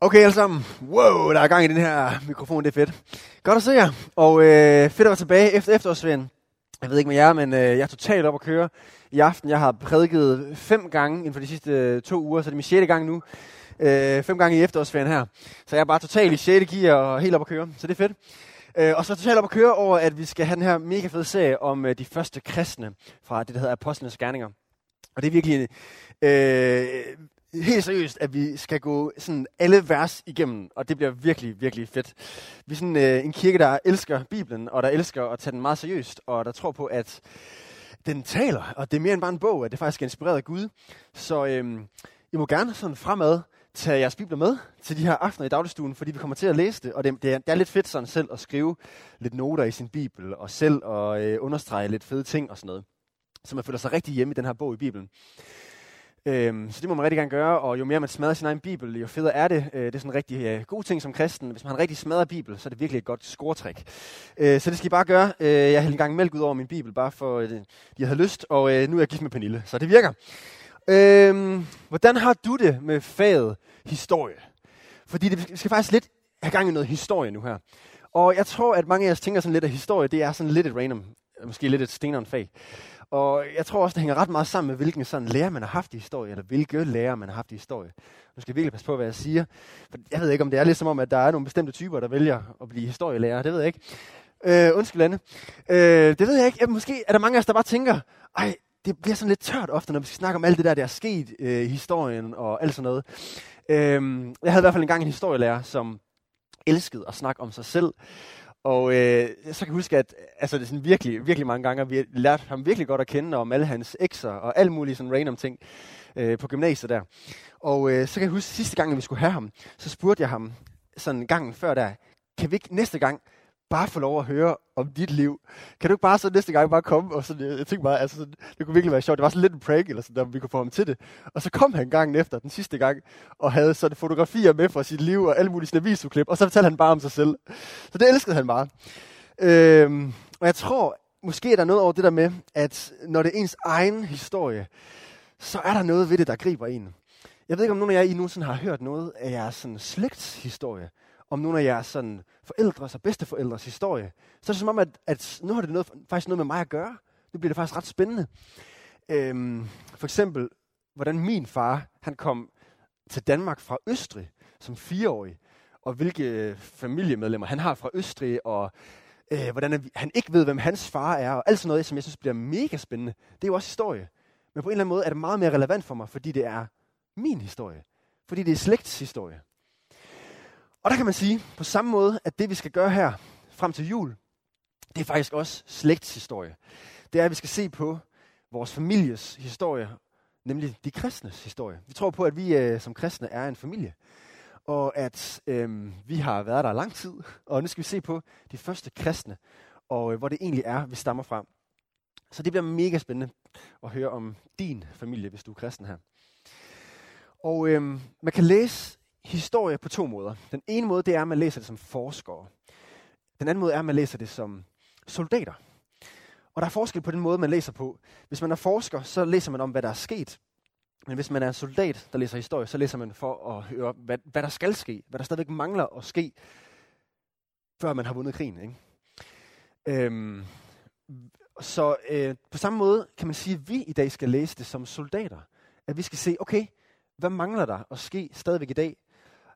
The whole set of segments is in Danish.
Okay alle sammen, wow, der er gang i den her mikrofon, det er fedt. Godt at se jer, og fedt at være tilbage efter efterårsferien. Jeg ved ikke med jer, men jeg er totalt op at køre i aften. Jeg har prædiket 5 gange inden for de sidste 2 uger, så det er min 6. gang nu. 5 gange i efterårsferien her. Så jeg er bare totalt i 6. gear og helt op at køre, så det er fedt. Og så totalt op at køre over, at vi skal have den her mega fede serie om de første kristne fra det, der hedder Apostlenes Gerninger. Og det er virkelig helt seriøst, at vi skal gå sådan alle vers igennem, og det bliver virkelig, virkelig fedt. Vi er sådan en kirke, der elsker Bibelen, og der elsker at tage den meget seriøst, og der tror på, at den taler, og det er mere end bare en bog, at det faktisk er inspireret af Gud. Så I må gerne sådan fremad tage jeres bibler med til de her aftener i dagligstuen, fordi vi kommer til at læse det, og det er lidt fedt sådan selv at skrive lidt noter i sin bibel, og selv at understrege lidt fede ting og sådan noget, så man føler sig rigtig hjemme i den her bog i Bibelen. Så det må man rigtig gerne gøre, og jo mere man smadrer sin egen bibel, jo federe er det. Det er sådan en rigtig god ting som kristen. Hvis man har en rigtig smadret bibel, så er det virkelig et godt scoretræk. Så det skal I bare gøre. Jeg hældte en gang mælk ud over min bibel, bare for de havde lyst, og nu er jeg gift med Pernille, så det virker. Hvordan har du det med faget historie? Fordi vi skal faktisk lidt have gang i noget historie nu her. Og jeg tror, at mange af jer tænker sådan lidt, at historie, det er sådan lidt et random, måske lidt et steneren fag. Og jeg tror også, det hænger ret meget sammen med, hvilken sådan lærer man har haft i historie, eller hvilke lærer man har haft i historie. Nu skal jeg virkelig passe på, hvad jeg siger. For jeg ved ikke, om det er lidt som om, at der er nogle bestemte typer, der vælger at blive historielærer. Det ved jeg ikke. Undskyld, Anne. Det ved jeg ikke. Måske er der mange af os, der bare tænker, ej, det bliver sådan lidt tørt ofte, når vi skal snakke om alt det der er sket i historien og alt sådan noget. Jeg havde i hvert fald engang en historielærer, som elskede at snakke om sig selv. Og så kan jeg huske, at altså, det er sådan virkelig, virkelig mange gange, vi har lært ham virkelig godt at kende om alle hans ekser og alle mulige sådan random ting på gymnasiet der. Og så kan jeg huske, sidste gang, vi skulle have ham, så spurgte jeg ham sådan gangen før der, kan vi ikke næste gang bare få lov at høre om dit liv? Kan du ikke bare så næste gang bare komme? Og så, jeg tænkte bare, altså, det kunne virkelig være sjovt. Det var sådan lidt en prank, eller sådan, der vi kunne få ham til det. Og så kom han gangen efter, den sidste gang, og havde sådan fotografier med fra sit liv, og alle mulige sådan avisudklip, og så fortalte han bare om sig selv. Så det elskede han bare. Og jeg tror, måske er der noget over det der med, at når det er ens egen historie, så er der noget ved det, der griber en. Jeg ved ikke, om nogen af jer nogensinde har hørt noget af jeres sådan slægtshistorie, om nogle af jeres sådan forældres og bedsteforældres historie, så er det som om, at nu har det faktisk noget med mig at gøre. Nu bliver det faktisk ret spændende. For eksempel, hvordan min far, han kom til Danmark fra Østrig som 4-årig, og hvilke familiemedlemmer han har fra Østrig, og hvordan han ikke ved, hvem hans far er, og alt sådan noget, som jeg synes bliver mega spændende. Det er jo også historie. Men på en eller anden måde er det meget mere relevant for mig, fordi det er min historie. Fordi det er slægtshistorie. Og der kan man sige på samme måde, at det vi skal gøre her frem til jul, det er faktisk også slægtshistorie. Det er, at vi skal se på vores families historie, nemlig de kristnes historie. Vi tror på, at vi som kristne er en familie, og at vi har været der lang tid, og nu skal vi se på de første kristne, og hvor det egentlig er, vi stammer fra. Så det bliver mega spændende at høre om din familie, hvis du er kristen her. Og man kan læse historie på 2 måder. Den ene måde, det er, at man læser det som forskere. Den anden måde er, at man læser det som soldater. Og der er forskel på den måde, man læser på. Hvis man er forsker, så læser man om, hvad der er sket. Men hvis man er en soldat, der læser historie, så læser man for at høre, hvad der skal ske. Hvad der stadigvæk mangler at ske, før man har vundet krigen. Ikke? Så på samme måde kan man sige, at vi i dag skal læse det som soldater. At vi skal se, okay, hvad mangler der at ske stadigvæk i dag?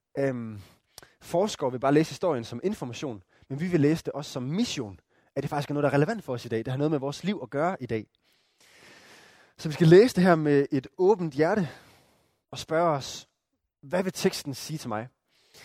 Forskere vil bare læse historien som information, men vi vil læse det også som mission. At det faktisk er noget, der er relevant for os i dag. Det har noget med vores liv at gøre i dag. Så vi skal læse det her med et åbent hjerte og spørge os, hvad vil teksten sige til mig?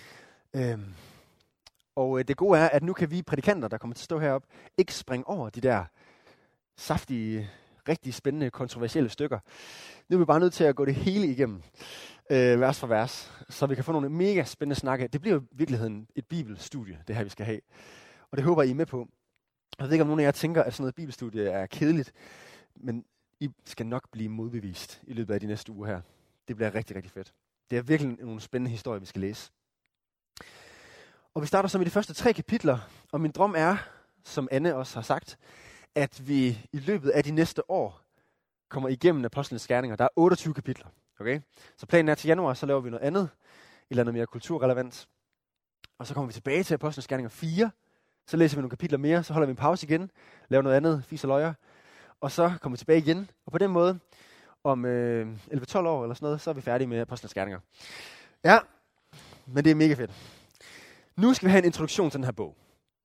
Og det gode er, at nu kan vi prædikanter, der kommer til at stå heroppe, ikke springe over de der saftige, rigtig spændende, kontroversielle stykker. Nu er vi bare nødt til at gå det hele igennem, vers for vers, så vi kan få nogle mega spændende snakke. Det bliver jo i virkeligheden et bibelstudie, det her vi skal have. Og det håber I er med på. Jeg ved ikke, om nogen af jer tænker, at sådan noget bibelstudie er kedeligt, men I skal nok blive modbevist i løbet af de næste uger her. Det bliver rigtig, rigtig fedt. Det er virkelig nogle spændende historier, vi skal læse. Og vi starter så med de første 3 kapitler, og min drøm er, som Anne også har sagt, at vi i løbet af de næste år kommer igennem Apostlenes Gerninger. Der er 28 kapitler. Okay? Så planen er til januar, så laver vi noget andet. eller andet mere kulturrelevant. Og så kommer vi tilbage til Apostlenes Gerninger 4. Så læser vi nogle kapitler mere, så holder vi en pause igen, laver noget andet, fis og løjer. Og så kommer vi tilbage igen. Og på den måde, om 11-12 år eller sådan noget, så er vi færdige med Apostlenes Gerninger. Ja, men det er mega fedt. Nu skal vi have en introduktion til den her bog.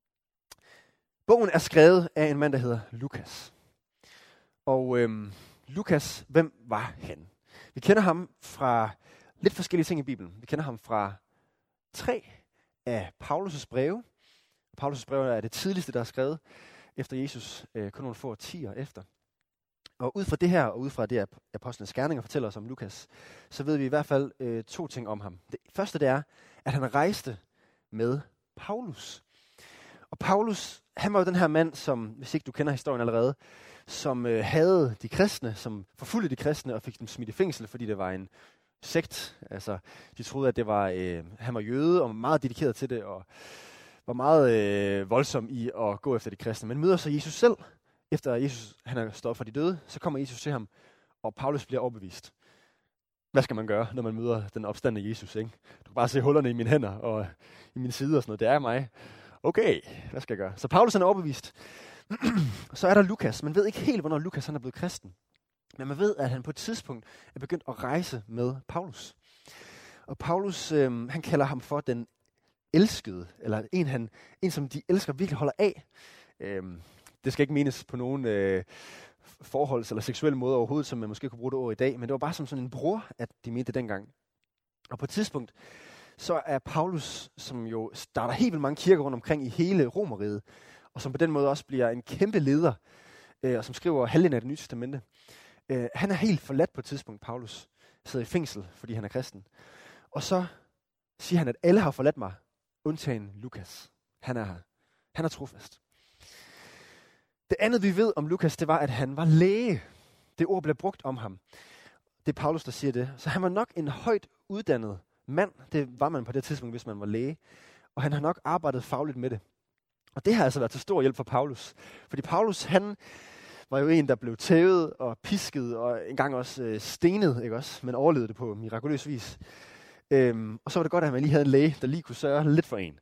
Bogen er skrevet af en mand, der hedder Lukas. Og Lukas, hvem var han? Vi kender ham fra lidt forskellige ting i Bibelen. Vi kender ham fra 3 af Paulus' breve. Paulus' breve er det tidligste, der er skrevet efter Jesus, kun nogle få årtier efter. Og ud fra det her, og ud fra det, Apostlenes Gerninger fortæller os om Lukas, så ved vi i hvert fald 2 ting om ham. Det første, det er, at han rejste med Paulus. Og Paulus, han var jo den her mand, som, hvis ikke du kender historien allerede, som havde de kristne, som forfulgte de kristne og fik dem smidt i fængsel, fordi det var en sekt. Altså, de troede, at det var, han var jøde og meget dedikeret til det, og var meget voldsom i at gå efter de kristne. Men møder så Jesus selv. Efter Jesus han er stået fra de døde, så kommer Jesus til ham, og Paulus bliver overbevist. Hvad skal man gøre, når man møder den opstandne Jesus? Ikke? Du kan bare se hullerne i mine hænder og i mine sider og sådan noget. Det er mig. Okay, hvad skal jeg gøre? Så Paulus han er overbevist. Så er der Lukas. Man ved ikke helt, hvornår Lukas han er blevet kristen. Men man ved, at han på et tidspunkt er begyndt at rejse med Paulus. Og Paulus, han kalder ham for den elskede, eller en som de elsker virkelig holder af. Det skal ikke menes på nogen forholds- eller seksuelle måde overhovedet, som man måske kunne bruge det ord i dag, men det var bare som sådan en bror, at de mente det dengang. Og på et tidspunkt, så er Paulus, som jo starter helt vildt mange kirker rundt omkring i hele Romerriget, og som på den måde også bliver en kæmpe leder, og som skriver halvdelen af Det Nye Testamente. Han er helt forladt på et tidspunkt, Paulus, sidder i fængsel, fordi han er kristen. Og så siger han, at alle har forladt mig, undtagen Lukas. Han er trofast. Det andet, vi ved om Lukas, det var, at han var læge. Det ord blev brugt om ham. Det er Paulus, der siger det. Så han var nok en højt uddannet mand. Det var man på det tidspunkt, hvis man var læge. Og han har nok arbejdet fagligt med det. Og det har altså været til stor hjælp for Paulus. Fordi Paulus, han var jo en, der blev tævet og pisket og engang også stenet, ikke også? Men overlevede det på mirakuløs vis. Og så var det godt, at man lige havde en læge, der lige kunne sørge lidt for en.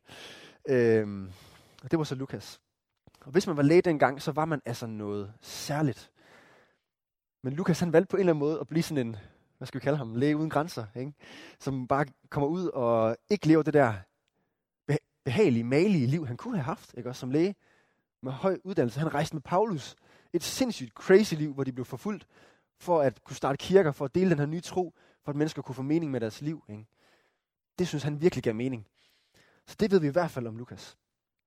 Og det var så Lukas. Og hvis man var læge dengang, så var man altså noget særligt. Men Lukas han valgte på en eller anden måde at blive sådan en, hvad skal vi kalde ham, læge uden grænser, ikke? Som bare kommer ud og ikke lever det der behagelige, malige liv, han kunne have haft, ikke? Også som læge med høj uddannelse. Han rejste med Paulus et sindssygt crazy liv, hvor de blev forfulgt for at kunne starte kirker, for at dele den her nye tro, for at mennesker kunne få mening med deres liv. Ikke? Det synes han virkelig gav mening. Så det ved vi i hvert fald om Lukas.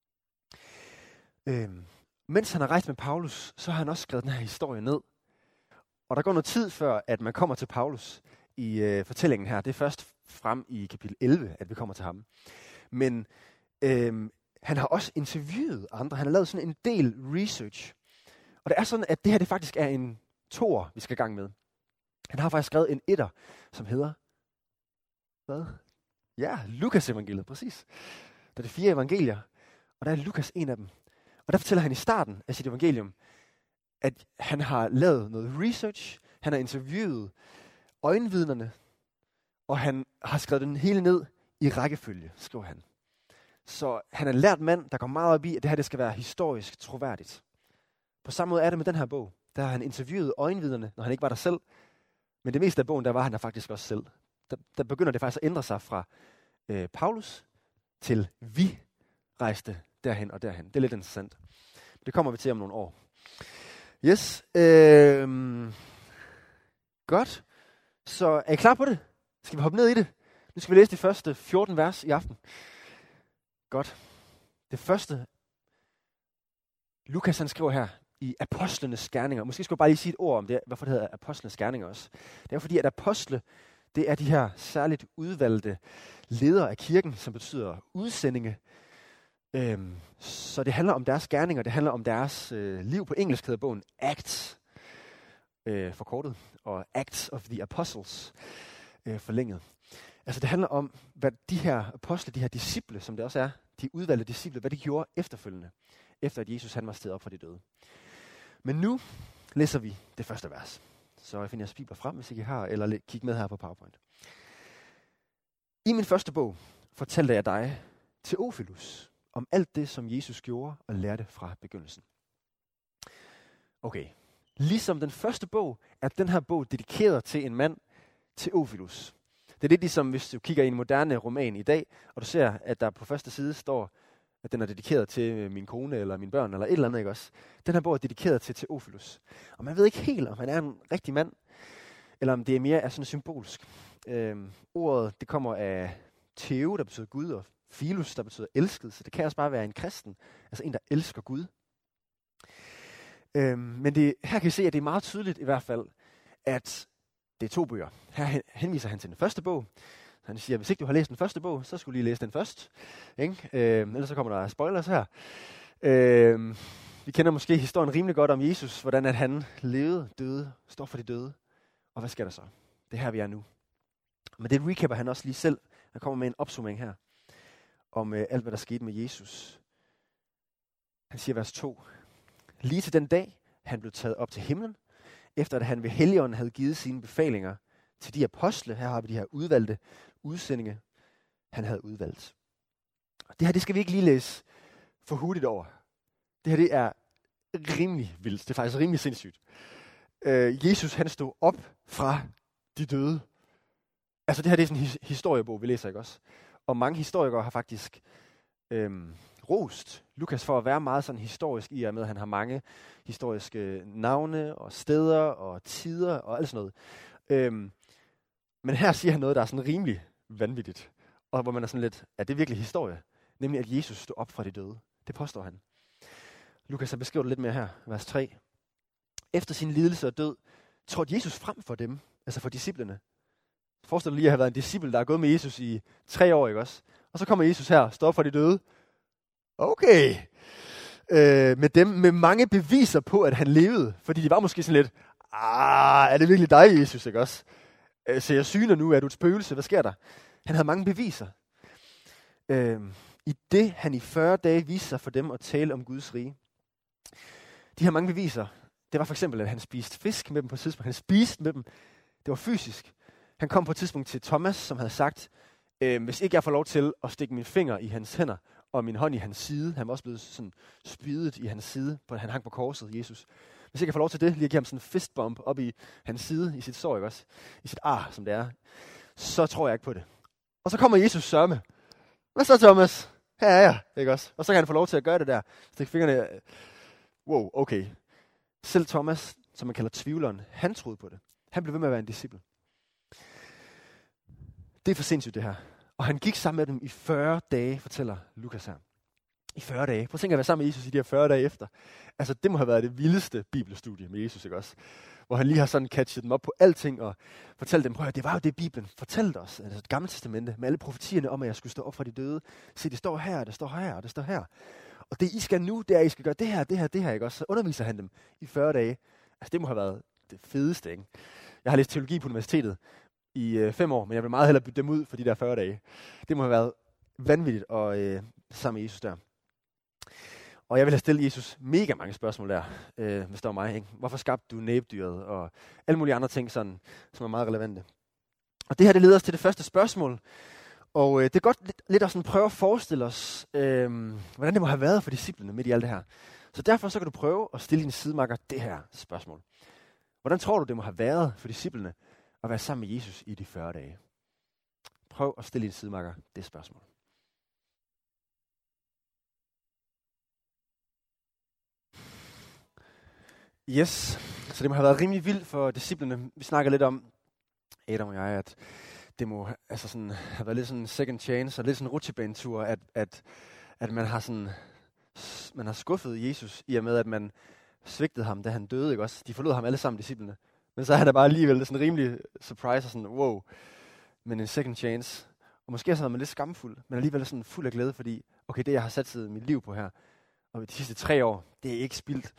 Mens han har rejst med Paulus, så har han også skrevet den her historie ned. Og der går noget tid før, at man kommer til Paulus i fortællingen her. Det er først frem i kapitel 11, at vi kommer til ham. Men han har også interviewet andre. Han har lavet sådan en del research. Og det er sådan, at det her det faktisk er en toer, vi skal i gang med. Han har faktisk skrevet en etter, som hedder... Hvad? Ja, Lukas evangeliet, præcis. Der er det 4 evangelier, og der er Lukas en af dem. Og der fortæller han i starten af sit evangelium, at han har lavet noget research, han har interviewet øjenvidnerne, og han har skrevet den hele ned i rækkefølge, skriver han. Så han er en lært mand, der går meget op i, at det her det skal være historisk troværdigt. På samme måde er det med den her bog. Der har han interviewet øjenvidnerne, når han ikke var der selv. Men det meste af bogen, der var han der faktisk også selv. Der begynder det faktisk at ændre sig fra Paulus til vi rejste derhen og derhen. Det er lidt interessant. Det kommer vi til om nogle år. Yes. Godt. Så er I klar på det? Skal vi hoppe ned i det? Nu skal vi læse de første 14 vers i aften. Godt. Det første, Lukas han skriver her i Apostlenes Gerninger. Måske skal jeg bare lige sige et ord om det, hvorfor det hedder Apostlenes Gerninger også. Det er fordi, at apostle, det er de her særligt udvalgte ledere af kirken, som betyder udsendinge. Så det handler om deres gerninger, det handler om deres liv. På engelsk hedder bogen Acts, forkortet, og Acts of the Apostles, forlænget. Altså det handler om, hvad de her apostle, de her disciple, som det også er, de udvalgte disciple, hvad de gjorde efterfølgende, efter at Jesus han var steget op fra de døde. Men nu læser vi det første vers. Så jeg finder jeres bibler frem, hvis I ikke har, eller kig med her på PowerPoint. I min første bog fortalte jeg dig, Theophilus, om alt det, som Jesus gjorde og lærte fra begyndelsen. Okay, ligesom den første bog, er den her bog dedikeret til en mand, Theophilus. Det er lidt ligesom, hvis du kigger i en moderne roman i dag, og du ser, at der på første side står, at den er dedikeret til min kone eller mine børn, eller et eller andet, ikke også? Den her bog er dedikeret til Theophilus. Og man ved ikke helt, om han er en rigtig mand, eller om det er mere sådan symbolsk. Ordet, det kommer af Theo, der betyder Gud, og Philus, der betyder elsket, så det kan også bare være en kristen, altså en, der elsker Gud. Men her kan I se, at det er meget tydeligt i hvert fald, at det er 2 bøger. Her henviser han til den første bog. Han siger, at hvis ikke du har læst den første bog, så skulle du lige læse den først. Ellers så kommer der spoilers her. Vi kender måske historien rimelig godt om Jesus, hvordan at han levede, døde, står for de døde. Og hvad sker der så? Det er her, vi er nu. Men det recapper han også lige selv. Han kommer med en opsummering her, om alt, hvad der skete med Jesus. Han siger vers 2. Lige til den dag, han blev taget op til himlen, efter at han ved Helligånden havde givet sine befalinger til de apostle, her har vi de her udvalgte udsendinge, han havde udvalgt. Og det her, det skal vi ikke lige læse for hurtigt over. Det her, det er rimelig vildt. Det er faktisk rimelig sindssygt. Jesus, han stod op fra de døde. Altså det her, det er sådan en historiebog, vi læser, ikke også? Og mange historikere har faktisk rost Lukas for at være meget sådan historisk i og med, at han har mange historiske navne og steder og tider og alt sådan noget. Men her siger han noget, der er sådan rimelig vanvittigt, og hvor man er sådan lidt, er det virkelig historie? Nemlig, at Jesus stod op fra de døde. Det påstår han. Lukas har beskrevet det lidt mere her, vers 3. Efter sin lidelse og død, trådte Jesus frem for dem, altså for disciplene. Forestil dig lige at have været en disciple, der er gået med Jesus i 3 år, ikke også? Og så kommer Jesus her, står op fra de døde. Okay. Med dem, med mange beviser på, at han levede. Fordi de var måske sådan lidt, er det virkelig dig, Jesus, ikke også? Så jeg syner nu, er du et spøgelse? Hvad sker der? Han havde mange beviser. I det, han i 40 dage viste sig for dem at tale om Guds rige. De her mange beviser, det var for eksempel, at han spiste fisk med dem på et tidspunkt. Han spiste med dem. Det var fysisk. Han kom på et tidspunkt til Thomas, som havde sagt, hvis ikke jeg får lov til at stikke min finger i hans hænder, og min hånd i hans side, han var også blevet sådan spydet i hans side, han hang på korset, Jesus. Hvis ikke jeg får lov til det, lige at give ham sådan en fistbump op i hans side, i sit sår, ikke også? I sit ar, som det er. Så tror jeg ikke på det. Og så kommer Jesus sørme. Hvad så, Thomas? Her er jeg, ikke også? Og så kan han få lov til at gøre det der. Stikke fingrene. Wow, okay. Selv Thomas, som man kalder tvivleren, han troede på det. Han blev ved med at være en disciple. Det er for sindssygt, det her. Og han gik sammen med dem i 40 dage, fortæller Lukas her. I 40 dage. Prøv at tænke at være sammen med Jesus i de her 40 dage efter. Altså, det må have været det vildeste bibelstudie med Jesus, ikke også? Hvor han lige har sådan catchet dem op på alting og fortalt dem, prøv at det var jo det, Bibelen fortalte os. Altså, det gamle testamente med alle profetierne om, at jeg skulle stå op fra de døde. Se, det står her, det står her, og det står her. Og det, I skal nu, det er, at I skal gøre det her, det her, det her, ikke også? Så underviser han dem i 40 dage. Altså, det må have været det fedeste, ikke? Jeg har læst teologi på universitetet i 5 år, men jeg vil meget hellere bytte dem ud for de der 40 dage. Det må have været vanvittigt at sammen med Jesus der. Og jeg vil have stillet Jesus mega mange spørgsmål der, hvis det var mig. Ikke? Hvorfor skabte du næbdyret? Og alle mulige andre ting, sådan, som er meget relevante. Og det her, det leder os til det første spørgsmål. Og det er godt lidt at sådan prøve at forestille os, hvordan det må have været for disciplene midt i alt det her. Så derfor så kan du prøve at stille din sidemakker det her spørgsmål. Hvordan tror du, det må have været for disciplene at være sammen med Jesus i de 40 dage? Prøv at stille din sidemakker det spørgsmål. Yes, så det må have været rimelig vildt for disciplene. Vi snakker lidt om, Adam og jeg, at det må altså sådan, have været lidt sådan en second chance, og lidt sådan en rutsjebanetur, at man har sådan, man har skuffet Jesus, i og med, at man svigtede ham, da han døde, ikke også? De forlod ham alle sammen, disciplene. Men så er han da bare alligevel sådan rimelig surprise, og sådan, wow, men en second chance. Og måske så er man lidt skamfuld, men alligevel sådan fuld af glæde, fordi, okay, det jeg har sat mit liv på her, og de sidste 3 år, det er ikke spildt.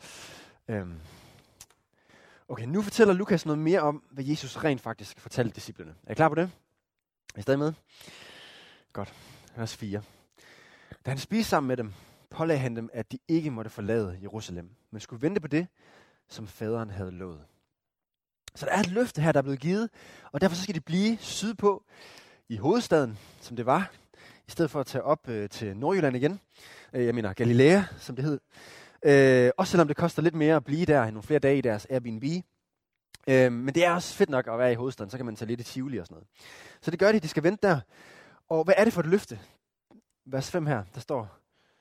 Okay, nu fortæller Lukas noget mere om, hvad Jesus rent faktisk fortalte disciplene. Er I klar på det? Er I stadig med? Godt. Vers 4. Da han spiste sammen med dem, pålagde han dem, at de ikke måtte forlade Jerusalem, men skulle vente på det, som faderen havde lovet. Så der er et løfte her, der er blevet givet, og derfor så skal de blive sydpå i hovedstaden, som det var, i stedet for at tage op til Nordjylland igen. Jeg mener Galilea, som det hed. Også selvom det koster lidt mere at blive der nogle flere dage i deres Airbnb. Men det er også fedt nok at være i hovedstaden, så kan man tage lidt i Tivoli og sådan noget. Så det gør de skal vente der. Og hvad er det for et løfte? Vers 5 her, der står,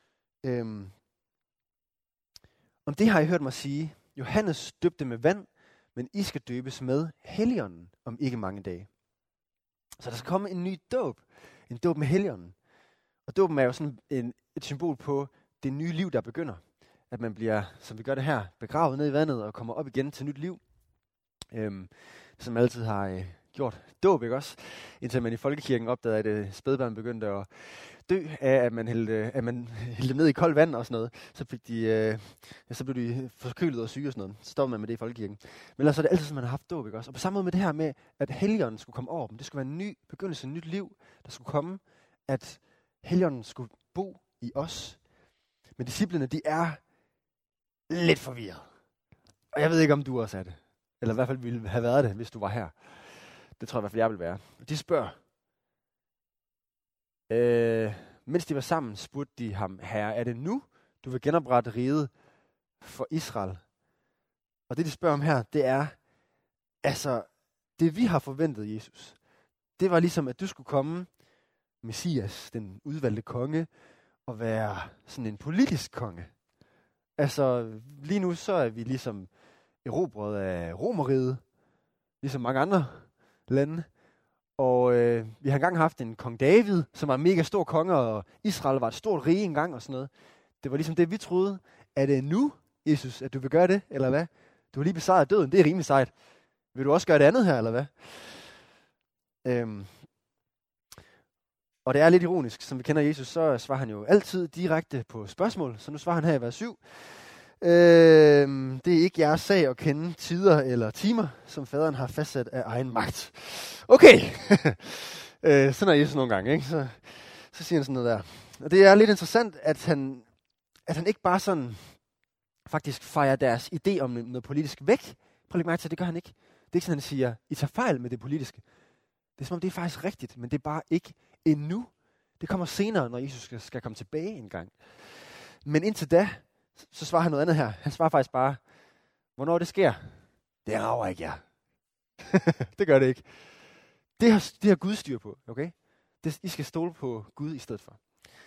om det har I hørt mig sige, Johannes døbte med vand, men I skal døbes med Helligånden om ikke mange dage. Så der skal komme en ny dåb, en dåb med Helligånden. Og dåben er jo sådan et symbol på det nye liv, der begynder. At man bliver, som vi gør det her, begravet ned i vandet og kommer op igen til nyt liv. Som altid har gjort dåb, ikke også? Indtil man i folkekirken opdagede, at spædbørn begyndte at dø af, at man hældte dem ned i koldt vand og sådan noget. Så blev de forkølet og syge og sådan noget. Så stoppede man med det i folkekirken. Men ellers er det altid, som man har haft dåb, ikke også? Og på samme måde med det her med, at Helligånden skulle komme over dem. Det skulle være en ny begyndelse, et nyt liv, der skulle komme. At Helligånden skulle bo i os. Men disciplene, de er lidt forvirret. Og jeg ved ikke, om du også er det. Eller i hvert fald ville have været det, hvis du var her. Det tror jeg i hvert fald, jeg vil være. De spørger. Mens de var sammen, spurgte de ham, Herre, er det nu, du vil genoprette riget for Israel? Og det, de spørger om her, det er, altså, det vi har forventet, Jesus, det var ligesom, at du skulle komme, Messias, den udvalgte konge, og være sådan en politisk konge. Altså, lige nu så er vi ligesom erobret af Romerriget, ligesom mange andre lande. Og vi har engang haft en kong David, som var en mega stor konge, og Israel var et stort rige engang og sådan noget. Det var ligesom det, vi troede. Er det nu, Jesus, at du vil gøre det, eller hvad? Du har lige besejret døden, det er rimelig sejt. Vil du også gøre det andet her, eller hvad? Og det er lidt ironisk, som vi kender Jesus, så svarer han jo altid direkte på spørgsmål. Så nu svarer han her i vers 7. Det er ikke jeres sag at kende tider eller timer, som faderen har fastsat af egen magt. Okay, sådan er Jesus nogle gange, ikke? Så siger han sådan noget der. Og det er lidt interessant, at han ikke bare sådan faktisk fejrer deres idé om noget politisk væk. Prøv at lægge mærke til, det gør han ikke. Det er ikke sådan, han siger, I tager fejl med det politiske. Det er som om, det er faktisk rigtigt, men det er bare ikke endnu. Det kommer senere, når Jesus skal komme tilbage en gang. Men indtil da, så svarer han noget andet her. Han svarer faktisk bare, hvornår det sker. Det rager ikke jer. Det gør det ikke. Det har Gud styr på, okay? I skal stole på Gud i stedet for.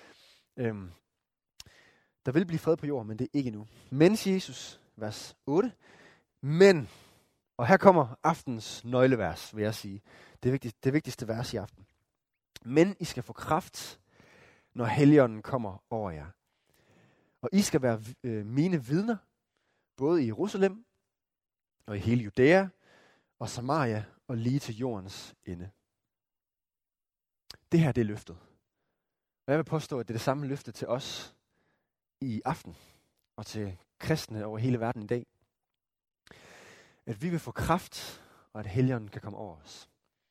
Der vil blive fred på jorden, men det er ikke endnu. Men, siger Jesus, vers 8. Men, og her kommer aftens nøglevers, vil jeg sige. Det vigtigste vers i aften. Men I skal få kraft, når Helligånden kommer over jer. Og I skal være mine vidner, både i Jerusalem og i hele Judæa og Samaria og lige til jordens ende. Det her, det er løftet. Og jeg vil påstå, at det er det samme løfte til os i aften og til kristne over hele verden i dag. At vi vil få kraft, og at Helligånden kan komme over os.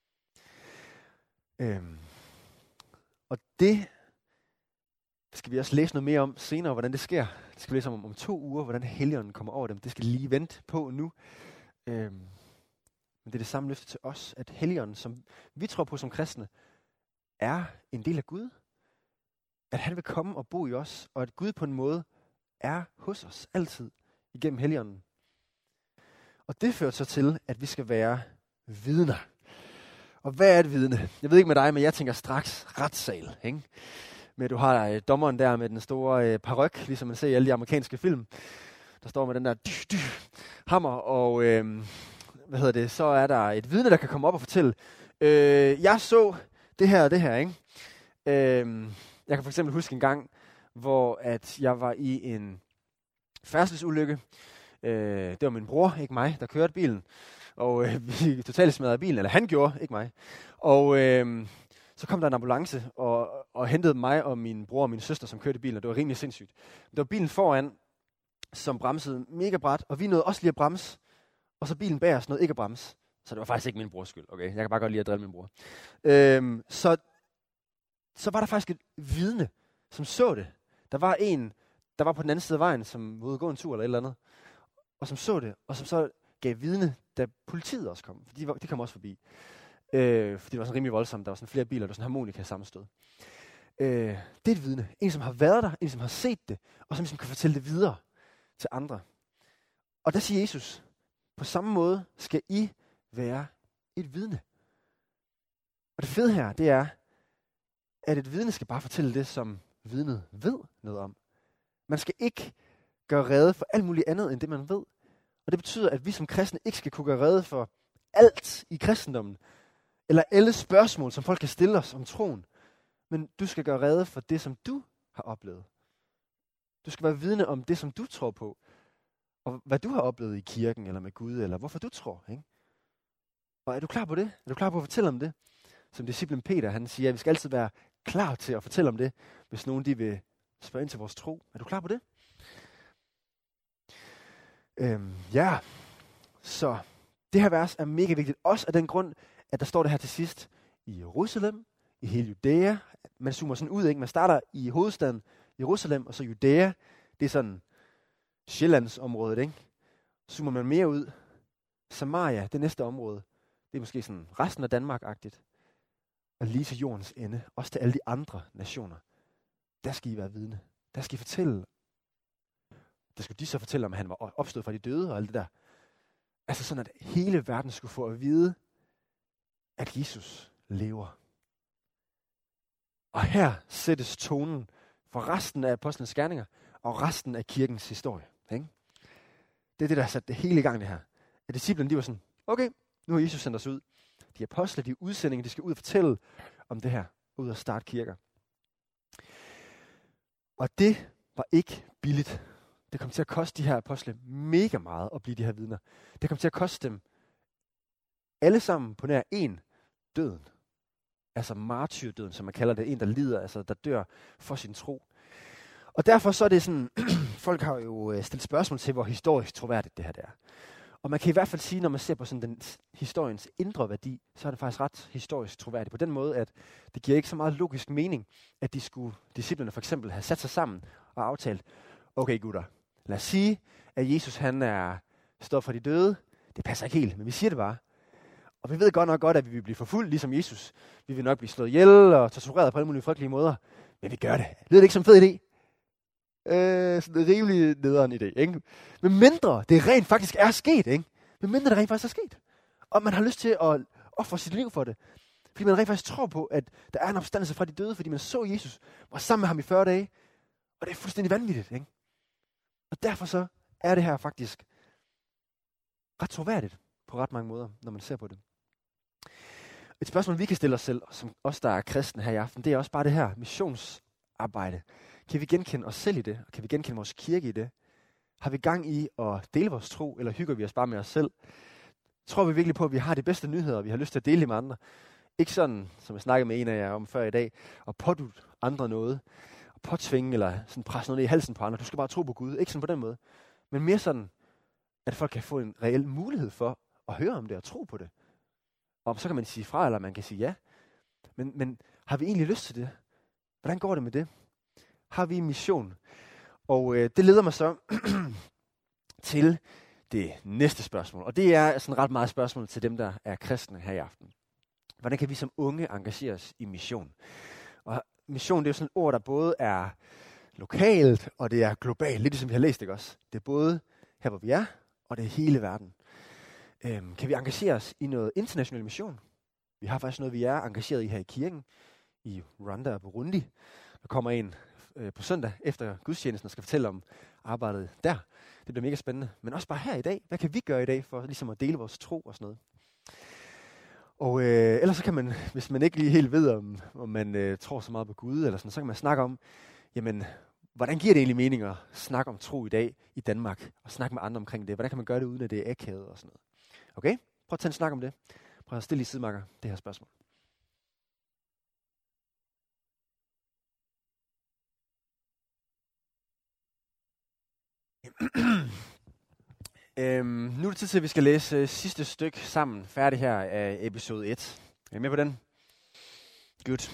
Og det skal vi også læse noget mere om senere, hvordan det sker. Det skal vi læse om 2 uger, hvordan Helligånden kommer over dem. Det skal lige vente på nu. Men det er det samme løfte til os, at Helligånden, som vi tror på som kristne, er en del af Gud. At han vil komme og bo i os, og at Gud på en måde er hos os altid igennem Helligånden. Og det fører så til, at vi skal være vidner. Og hvad er et vidne? Jeg ved ikke med dig, men jeg tænker straks retssal. Ikke? Men du har dommeren der med den store paryk, ligesom man ser i alle de amerikanske film. Der står med den der hammer, og så er der et vidne, der kan komme op og fortælle, jeg så det her og det her, ikke? Jeg kan for eksempel huske en gang, hvor at jeg var i en færdselsulykke. Det var min bror, ikke mig, der kørte bilen. Og vi totalt smadrede bilen, eller han gjorde, ikke mig. Og så kom der en ambulance og hentede mig og min bror og min søster, som kørte bilen, og det var rimelig sindssygt. Det var bilen foran, som bremsede mega brat, og vi nåede også lige at bremse, og så bilen bag os nåede ikke at bremse. Så det var faktisk ikke min brors skyld, okay? Jeg kan bare godt lide at drille min bror. Så var der faktisk et vidne, som så det. Der var en, der var på den anden side af vejen, som var ude at gå en tur eller et eller andet, og som så det, og som så gav vidne, da politiet også kom, for de kom også forbi. fordi det var sådan rimelig voldsomt. Der var sådan flere biler, der var sådan harmonika sammenstød. Det er et vidne. En, som har været der, en, som har set det, og som kan fortælle det videre til andre. Og der siger Jesus, på samme måde skal I være et vidne. Og det fede her, det er, at et vidne skal bare fortælle det, som vidnet ved noget om. Man skal ikke gøre rede for alt muligt andet, end det man ved. Og det betyder, at vi som kristne ikke skal kunne gøre rede for alt i kristendommen, eller alle spørgsmål, som folk kan stille os om troen. Men du skal gøre rede for det, som du har oplevet. Du skal være vidne om det, som du tror på, og hvad du har oplevet i kirken, eller med Gud, eller hvorfor du tror. Ikke? Og er du klar på det? Er du klar på at fortælle om det? Som disciplen Peter, han siger, at vi skal altid være klar til at fortælle om det, hvis nogen de vil spørge ind til vores tro. Er du klar på det? Ja, så det her vers er mega vigtigt. Også af den grund, at der står det her til sidst i Jerusalem, i hele Judæa. Man zoomer sådan ud, ikke? Man starter i hovedstaden Jerusalem, og så Judæa. Det er sådan Sjællandsområdet, ikke? Så zoomer man mere ud. Samaria, det næste område, det er måske sådan resten af Danmark-agtigt. Og lige til jordens ende, også til alle de andre nationer. Der skal I være vidne. Der skal I fortælle. Der skulle de så fortælle om, at han var opstået fra de døde og alt det der. Altså sådan, at hele verden skulle få at vide, at Jesus lever. Og her sættes tonen for resten af apostlenes gerninger og resten af kirkens historie. Ikke? Det er det, der har sat det hele i gang, det her. At disciplene, de var sådan, okay, nu har Jesus sendt os ud. De apostle, de udsendinge, de skal ud og fortælle om det her. Ud og starte kirker. Og det var ikke billigt. Det kom til at koste de her apostle mega meget at blive de her vidner. Det kom til at koste dem alle sammen på nær en døden. Altså martyrdøden, som man kalder det. En, der lider, altså der dør for sin tro. Og derfor så er det sådan, folk har jo stillet spørgsmål til, hvor historisk troværdigt det her er. Og man kan i hvert fald sige, når man ser på sådan den historiens indre værdi, så er det faktisk ret historisk troværdigt. På den måde, at det giver ikke så meget logisk mening, at disciplerne for eksempel have sat sig sammen og aftalt, okay gutter, lad os sige, at Jesus han er stået fra de døde. Det passer ikke helt, men vi siger det bare. Og vi ved godt, at vi vil blive forfulgt, ligesom Jesus. Vi vil nok blive slået ihjel og tortureret på alle mulige frygtelige måder. Men vi gør det. Lyder det ikke som en fed idé? Sådan en rimelig nederen idé, ikke? Men mindre det rent faktisk er sket, ikke? Men mindre det rent faktisk er sket. Og man har lyst til at ofre sit liv for det. Fordi man rent faktisk tror på, at der er en opstandelse fra de døde, fordi man så Jesus, var sammen med ham i 40 dage. Og det er fuldstændig vanvittigt, ikke? Og derfor så er det her faktisk ret troværdigt på ret mange måder, når man ser på det. Et spørgsmål, vi kan stille os selv, som os, der er kristne her i aften, det er også bare det her missionsarbejde. Kan vi genkende os selv i det? Kan vi genkende vores kirke i det? Har vi gang i at dele vores tro, eller hygger vi os bare med os selv? Tror vi virkelig på, at vi har de bedste nyheder, og vi har lyst til at dele dem med andre? Ikke sådan, som jeg snakkede med en af jer om før i dag, at pådutte andre noget, og påtvinge, eller sådan presse noget ned i halsen på andre. Du skal bare tro på Gud. Ikke sådan på den måde. Men mere sådan, at folk kan få en reel mulighed for at høre om det og tro på det. Og så kan man sige fra, eller man kan sige ja. Men har vi egentlig lyst til det? Hvordan går det med det? Har vi en mission? Og det leder mig så til det næste spørgsmål. Og det er sådan ret meget spørgsmål til dem, der er kristne her i aften. Hvordan kan vi som unge engagere os i mission? Og mission, det er jo sådan et ord, der både er lokalt, og det er globalt. Lidt som vi har læst, ikke også? Det er både her, hvor vi er, og det er hele verden. Kan vi engagere os i noget international mission? Vi har faktisk noget, vi er engageret i her i kirken, i Rwanda og Burundi. Der kommer en på søndag efter gudstjenesten og skal fortælle om arbejdet der. Det bliver mega spændende. Men også bare her i dag. Hvad kan vi gøre i dag for ligesom at dele vores tro og sådan noget? Og ellers så kan man, hvis man ikke lige helt ved, om man tror så meget på Gud, eller sådan, så kan man snakke om, jamen, hvordan giver det egentlig mening at snakke om tro i dag i Danmark, og snakke med andre omkring det? Hvordan kan man gøre det, uden at det er akavet og sådan noget? Okay? Prøv at tage en snak om det. Prøv at stille i sidemarker det her spørgsmål. Nu er det tid til, at vi skal læse sidste stykke sammen, færdig her af episode 1. Er I med på den? Good.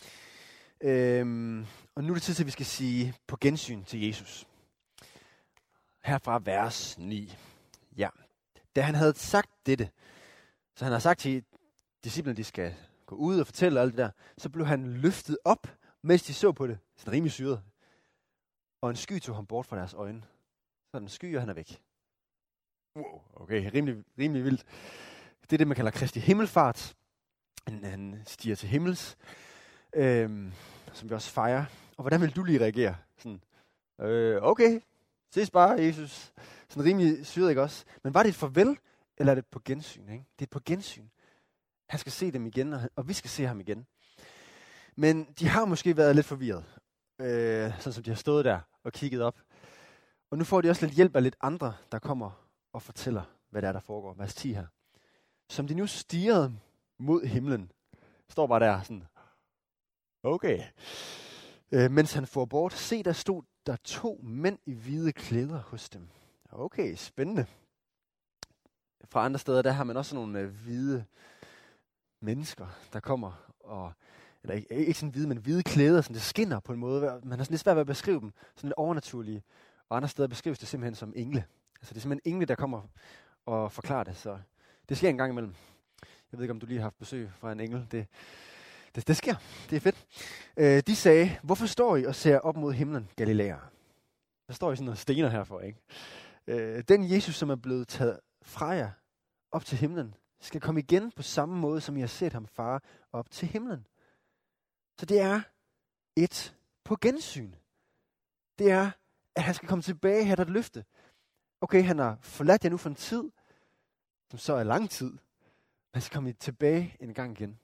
Og nu er det tid til, at vi skal sige på gensyn til Jesus. Herfra vers 9. Ja. Da han havde sagt dette, så han har sagt til disciplene de skal gå ud og fortælle alt det der, så blev han løftet op, mens de så på det. Sådan rimelig syret. Og en sky tog ham bort fra deres øjne. Så er den sky, og han er væk. Wow, okay, rimelig vildt. Det er det, man kalder Kristi himmelfart. Han stiger til himmels, som vi også fejrer. Og hvordan vil du lige reagere? Sådan, okay, ses bare, Jesus. Sådan rimelig syret, ikke også? Men var det et farvel, eller er det på gensyn? Ikke? Det er på gensyn. Han skal se dem igen, og vi skal se ham igen. Men de har måske været lidt forvirret, sådan som de har stået der og kigget op. Og nu får de også lidt hjælp af lidt andre, der kommer og fortæller, hvad der foregår. Vers 10 her. Som de nu stirrede mod himlen, står bare der sådan, okay. Mens han får bort, se der stod der 2 mænd i hvide klæder hos dem. Okay, spændende. Fra andre steder, der har man også nogle hvide mennesker, der kommer, eller ikke sådan hvide, men hvide klæder, sådan det skinner på en måde. Man har sådan lidt svært ved at beskrive dem, sådan lidt overnaturlige. Og andre steder beskrives det simpelthen som engle. Altså det er simpelthen engle, der kommer og forklarer det, så det sker en gang imellem. Jeg ved ikke, om du lige har haft besøg fra en engel. Det sker. Det er fedt. De sagde, hvorfor står I og ser op mod himlen, Galilæer? Der står I sådan nogle stener herfor, ikke? Den Jesus, som er blevet taget fra jer op til himlen, skal komme igen på samme måde, som I har set ham fare op til himlen. Så det er et på gensyn. Det er, at han skal komme tilbage her, der et løfte. Okay, han har forladt jer nu for en tid, som så er lang tid. Han skal komme tilbage en gang igen.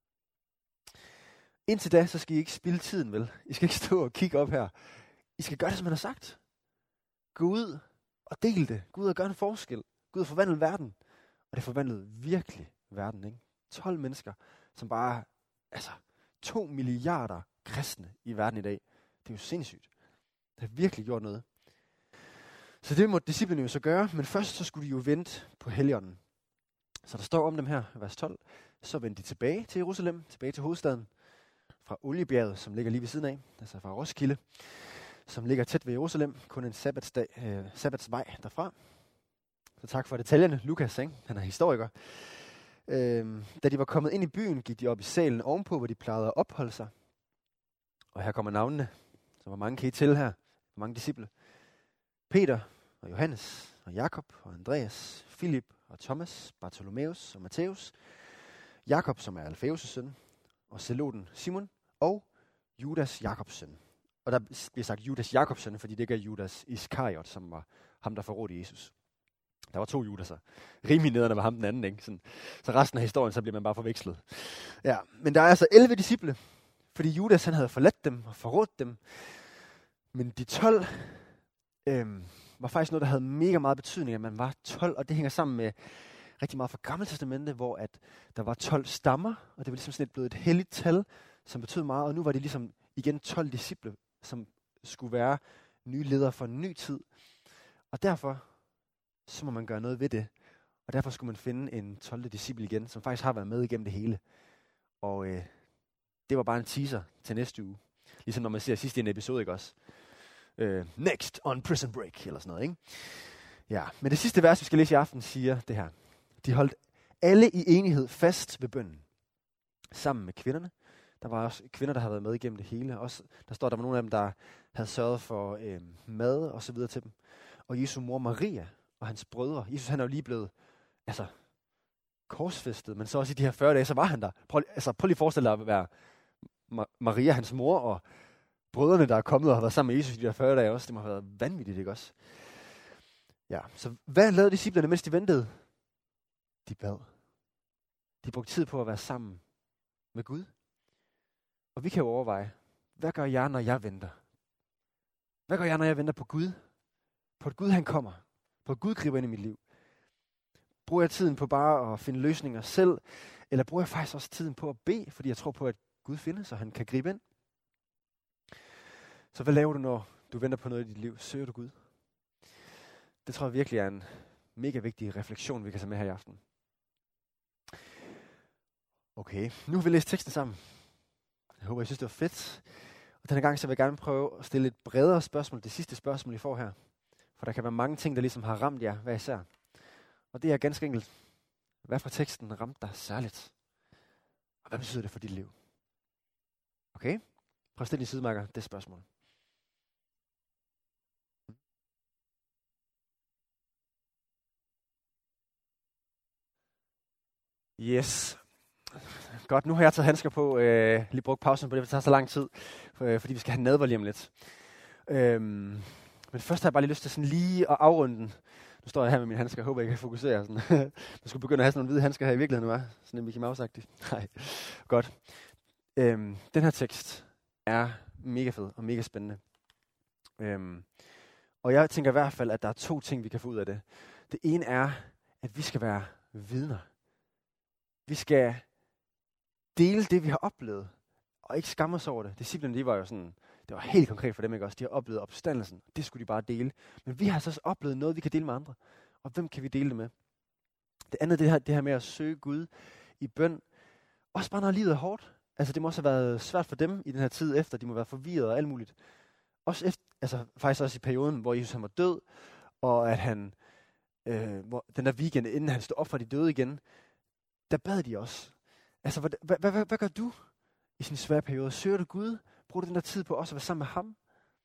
Indtil da, så skal I ikke spilde tiden, vel? I skal ikke stå og kigge op her. I skal gøre det, som han har sagt. Gå ud og del det. Gå ud og gøre en forskel. Gå ud og forvandle verden. Og det forvandlede virkelig verden, ikke? 12 mennesker, som bare, 2 milliarder kristne i verden i dag. Det er jo sindssygt. Det har virkelig gjort noget. Så det måtte disciplene jo så gøre, men først så skulle de jo vente på Helligånden. Så der står om dem her, vers 12. Så vendte de tilbage til Jerusalem, tilbage til hovedstaden, fra Oliebjerget, som ligger lige ved siden af, altså fra Roskilde, som ligger tæt ved Jerusalem, kun en sabbatsvej derfra. Så tak for detaljerne, Lukas, ikke? Han er historiker. Da de var kommet ind i byen, gik de op i salen ovenpå, hvor de plejede at opholde sig. Og her kommer navnene, så hvor mange kan I til her? Hvor mange disciple? Peter og Johannes og Jakob og Andreas, Filip og Thomas, Bartholomeus og Matthæus, Jakob, som er Alfæus' søn, og Zeloten Simon og Judas Jakobs søn. Og der bliver sagt Judas Jakobs søn, fordi det ikke er Judas Iskariot, som var ham, der forrådte Jesus. Der var 2 Judaser. Rimelig nederne var ham den anden, ikke? Sådan, så resten af historien, så bliver man bare forvekslet. Ja, men der er altså 11 disciple, fordi Judas han havde forladt dem og forrådt dem. Men de 12 var faktisk noget, der havde mega meget betydning, at man var 12, og det hænger sammen med rigtig meget fra Gamle Testamente, hvor at der var 12 stammer, og det var ligesom sådan blevet et helligt tal, som betød meget, og nu var det ligesom igen 12 disciple, som skulle være nye ledere for en ny tid. Og derfor så må man gøre noget ved det, og derfor skulle man finde en 12. disciple igen, som faktisk har været med igennem det hele. Og det var bare en teaser til næste uge. Ligesom når man ser sidst i en episode, ikke også? Next on Prison Break, eller sådan noget, ikke? Ja, men det sidste vers, vi skal læse i aften, siger det her. De holdt alle i enighed fast ved bønnen, sammen med kvinderne. Der var også kvinder, der havde været med igennem det hele. Også, der var nogle af dem, der havde sørget for mad og så videre til dem. Og Jesu mor Maria og hans brødre. Jesus han er jo lige blevet korsfæstet, men så også i de her 40 dage, så var han der. Prøv lige at forestille dig at være Maria, hans mor, og brødrene, der er kommet og har været sammen med Jesus i de her 40 dage også. Det må have været vanvittigt, ikke også? Ja, så hvad lavede disciplerne, mens de ventede? De bad. De brugte tid på at være sammen med Gud. Og vi kan jo overveje, hvad gør jeg, når jeg venter? Hvad gør jeg, når jeg venter på Gud? På at Gud han kommer. På at Gud griber ind i mit liv. Bruger jeg tiden på bare at finde løsninger selv? Eller bruger jeg faktisk også tiden på at bede, fordi jeg tror på, at Gud findes, og han kan gribe ind? Så hvad laver du, når du venter på noget i dit liv? Søger du Gud? Det tror jeg virkelig er en mega vigtig refleksion, vi kan tage med her i aften. Okay, nu vil vi læse teksten sammen. Jeg håber, I synes, det var fedt. Og denne gang så vil jeg gerne prøve at stille et bredere spørgsmål. Det sidste spørgsmål, I får her. For der kan være mange ting, der ligesom har ramt jer hver især. Og det er ganske enkelt. Hvad fra teksten ramte dig særligt? Og hvad betyder det for dit liv? Okay? Prøv at stille i sidemarker det spørgsmål. Yes. Godt, nu har jeg taget handsker på, lige brugt pausen på det, for det tager så lang tid, fordi vi skal have nadver lige om lidt. Men først har jeg bare lige lyst til sådan lige at afrunde den. Nu står jeg her med mine handsker, jeg håber, jeg kan fokusere. Sådan. Man skulle begynde at have sådan nogle hvide handsker her i virkeligheden, var sådan en Mickey Mouse-agtig. Nej, godt. Den her tekst er mega fed og mega spændende. Og jeg tænker i hvert fald, at der er 2 ting, vi kan få ud af det. Det ene er, at vi skal være vidner. Vi skal dele det, vi har oplevet, og ikke skamme os over det. Disciplene, de var jo sådan, det var helt konkret for dem, ikke også? De har oplevet opstandelsen. Det skulle de bare dele. Men vi har så også oplevet noget, vi kan dele med andre. Og hvem kan vi dele det med? Det andet, det her med at søge Gud i bøn. Også bare når livet er hårdt. Altså det må også have været svært for dem i den her tid efter. De må være forvirret og alt muligt. Også efter, altså faktisk også i perioden, hvor Jesus han var død. Og at han, hvor, den der weekend, inden han stod op fra de døde igen, der bad de også. Altså hvad gør du i sin svære periode? Søger du Gud? Bruger du den der tid på også at være sammen med ham?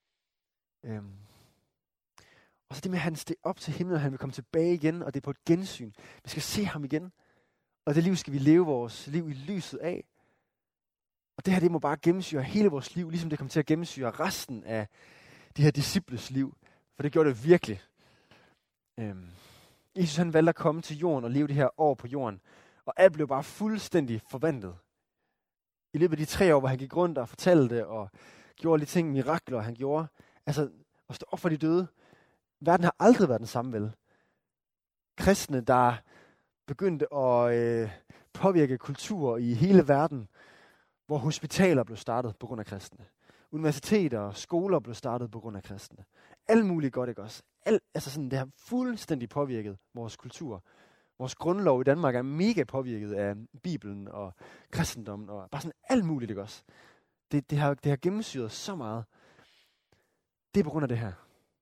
Og så det med, at han steg op til himlen, og han vil komme tilbage igen, og det er på et gensyn. Vi skal se ham igen. Og det liv skal vi leve vores liv i lyset af. Og det her, det må bare gennemsyre hele vores liv, ligesom det kommer til at gennemsyre resten af de her disciples liv. For det gjorde det virkelig. Jesus han valgte at komme til jorden og leve det her år på jorden. Og alt blev bare fuldstændig forvandlet. I løbet af de 3 år, hvor han gik rundt og fortalte og gjorde lidt ting, mirakler han gjorde. Altså at stå op for de døde. Verden har aldrig været den samme, vel? Kristne, der begyndte at påvirke kultur i hele verden, hvor hospitaler blev startet på grund af kristne. Universiteter og skoler blev startet på grund af kristne. Alt muligt godt, ikke også? Altså sådan, det har fuldstændig påvirket vores kultur. Vores grundlov i Danmark er mega påvirket af Bibelen og kristendommen og bare sådan alt muligt, ikke også? Det har gennemsyret så meget. Det er på grund af det her.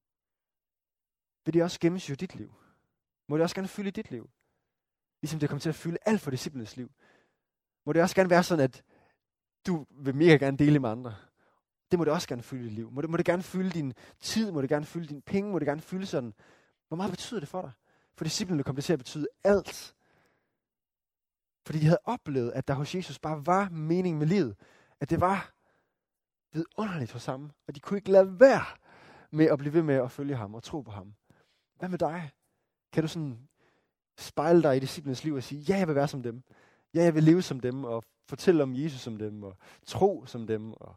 Vil det også gennemsyre dit liv? Må det også gerne fylde dit liv? Ligesom det kommer til at fylde alt for disciplenes liv. Må det også gerne være sådan, at du vil mega gerne dele med andre. Det må det også gerne fylde dit liv. Må det gerne fylde din tid? Må det gerne fylde dine penge? Må det gerne fylde sådan? Hvor meget betyder det for dig? For disciplene kom det til at betyde alt. Fordi de havde oplevet, at der hos Jesus bare var mening med livet. At det var vidunderligt hos ham. Og de kunne ikke lade være med at blive ved med at følge ham og tro på ham. Hvad med dig? Kan du sådan spejle dig i disciplenes liv og sige, ja, jeg vil være som dem. Ja, jeg vil leve som dem og fortælle om Jesus som dem og tro som dem og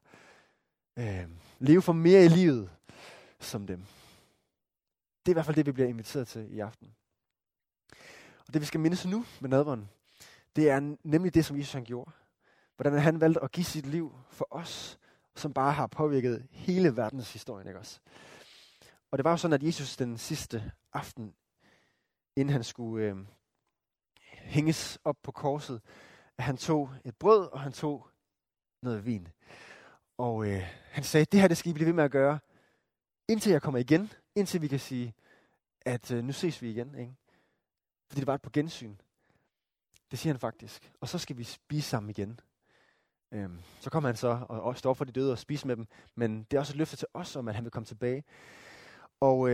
leve for mere i livet som dem. Det er i hvert fald det, vi bliver inviteret til i aften. Og det, vi skal mindes nu med nadveren, det er nemlig det, som Jesus han gjorde. Hvordan han valgte at give sit liv for os, som bare har påvirket hele verdens historie, ikke også? Og det var jo sådan, at Jesus den sidste aften, inden han skulle hænges op på korset, at han tog et brød, og han tog noget vin. Og han sagde, det her, det skal I blive ved med at gøre, indtil jeg kommer igen, indtil vi kan sige, at nu ses vi igen, ikke? Fordi det var et på gensyn. Det siger han faktisk. Og så skal vi spise sammen igen. Så kommer han så og står for de døde og spiser med dem. Men det er også et løfte til os om, at han vil komme tilbage. Og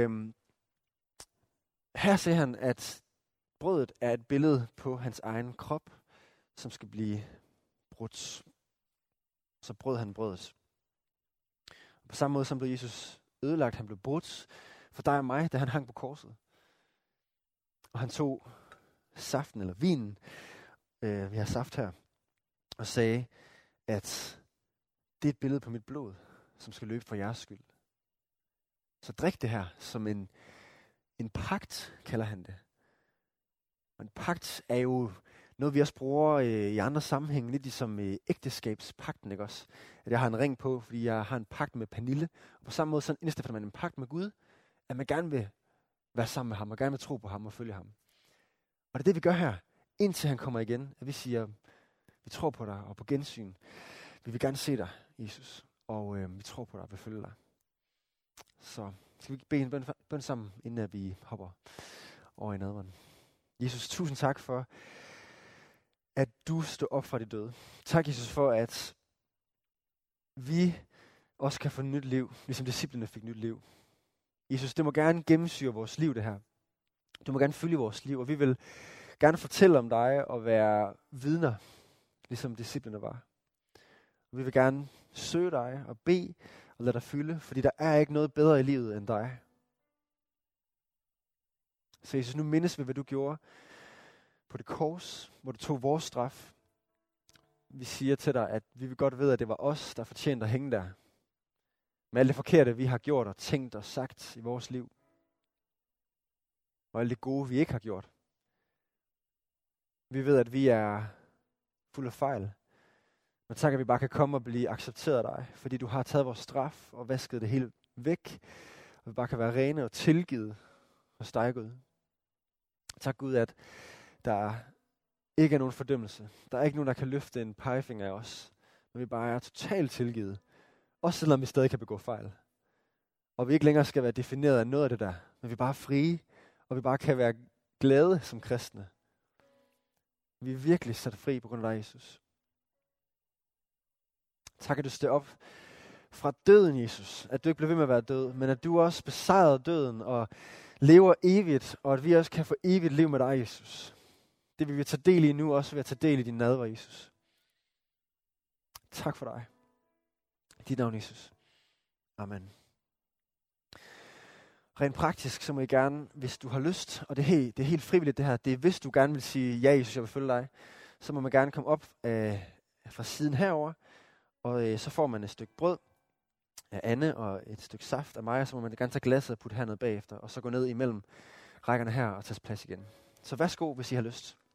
her ser han, at brødet er et billede på hans egen krop, som skal blive brudt. Så brød han brødet. Og på samme måde som blev Jesus ødelagt, han blev brudt for dig og mig, da han hang på korset. Og han tog saften eller vinen, vi har saft her, og sagde, at det er et billede på mit blod, som skal løbe for jeres skyld. Så drik det her som en pagt, kalder han det. Og en pagt er jo noget, vi også bruger i andre sammenhænge, lidt ligesom ægteskabspagten, ikke også? At jeg har en ring på, fordi jeg har en pagt med Pernille. Og på samme måde så indstifter man en pagt med Gud, at man gerne vil være sammen med ham, og gerne vil tro på ham og følge ham. Og det er det, vi gør her, indtil han kommer igen, at vi siger, vi tror på dig og på gensyn. Vi vil gerne se dig, Jesus, og vi tror på dig og vil følge dig. Så skal vi bede en bøn sammen, inden at vi hopper over i nadveren. Jesus, tusind tak for, at du stod op fra de døde. Tak, Jesus, for at vi også kan få nyt liv, ligesom disciplene fik nyt liv. Jesus, det må gerne gennemsyre vores liv, det her. Du må gerne fylde vores liv, og vi vil gerne fortælle om dig og være vidner, ligesom disciplene var. Vi vil gerne søge dig og bede og lade dig fylde, fordi der er ikke noget bedre i livet end dig. Så Jesus, nu mindes vi, hvad du gjorde på det kors, hvor du tog vores straf. Vi siger til dig, at vi vil godt vide, at det var os, der fortjente at hænge der. Med alt det forkerte, vi har gjort og tænkt og sagt i vores liv. Og alt det gode, vi ikke har gjort. Vi ved, at vi er fuld af fejl. Men tak, at vi bare kan komme og blive accepteret af dig, fordi du har taget vores straf og vasket det hele væk. Og vi bare kan være rene og tilgivet hos dig, Gud. Tak, Gud, at der ikke er nogen fordømmelse. Der er ikke nogen, der kan løfte en pegefinger af os. Men vi bare er totalt tilgivet. Også selvom vi stadig kan begå fejl. Og vi ikke længere skal være defineret af noget af det der. Men vi er bare frie, og vi bare kan være glade som kristne. Vi er virkelig sat fri på grund af dig, Jesus. Tak, at du stod op fra døden, Jesus. At du ikke blev ved med at være død, men at du også besejrede døden og lever evigt, og at vi også kan få evigt liv med dig, Jesus. Det vil vi tage del i nu, også ved at tage del i din nadver, Jesus. Tak for dig. I dit navn, Jesus. Amen. Rent praktisk, så må I gerne, hvis du har lyst, og det er helt frivilligt det her, det er hvis du gerne vil sige, ja Jesus, jeg vil følge dig, så må man gerne komme op fra siden herover, og så får man et stykke brød af Anne og et stykke saft af mig, og så må man gerne tage glasset og putte hernede bagefter, og så gå ned imellem rækkerne her og tage plads igen. Så værsgo, hvis I har lyst.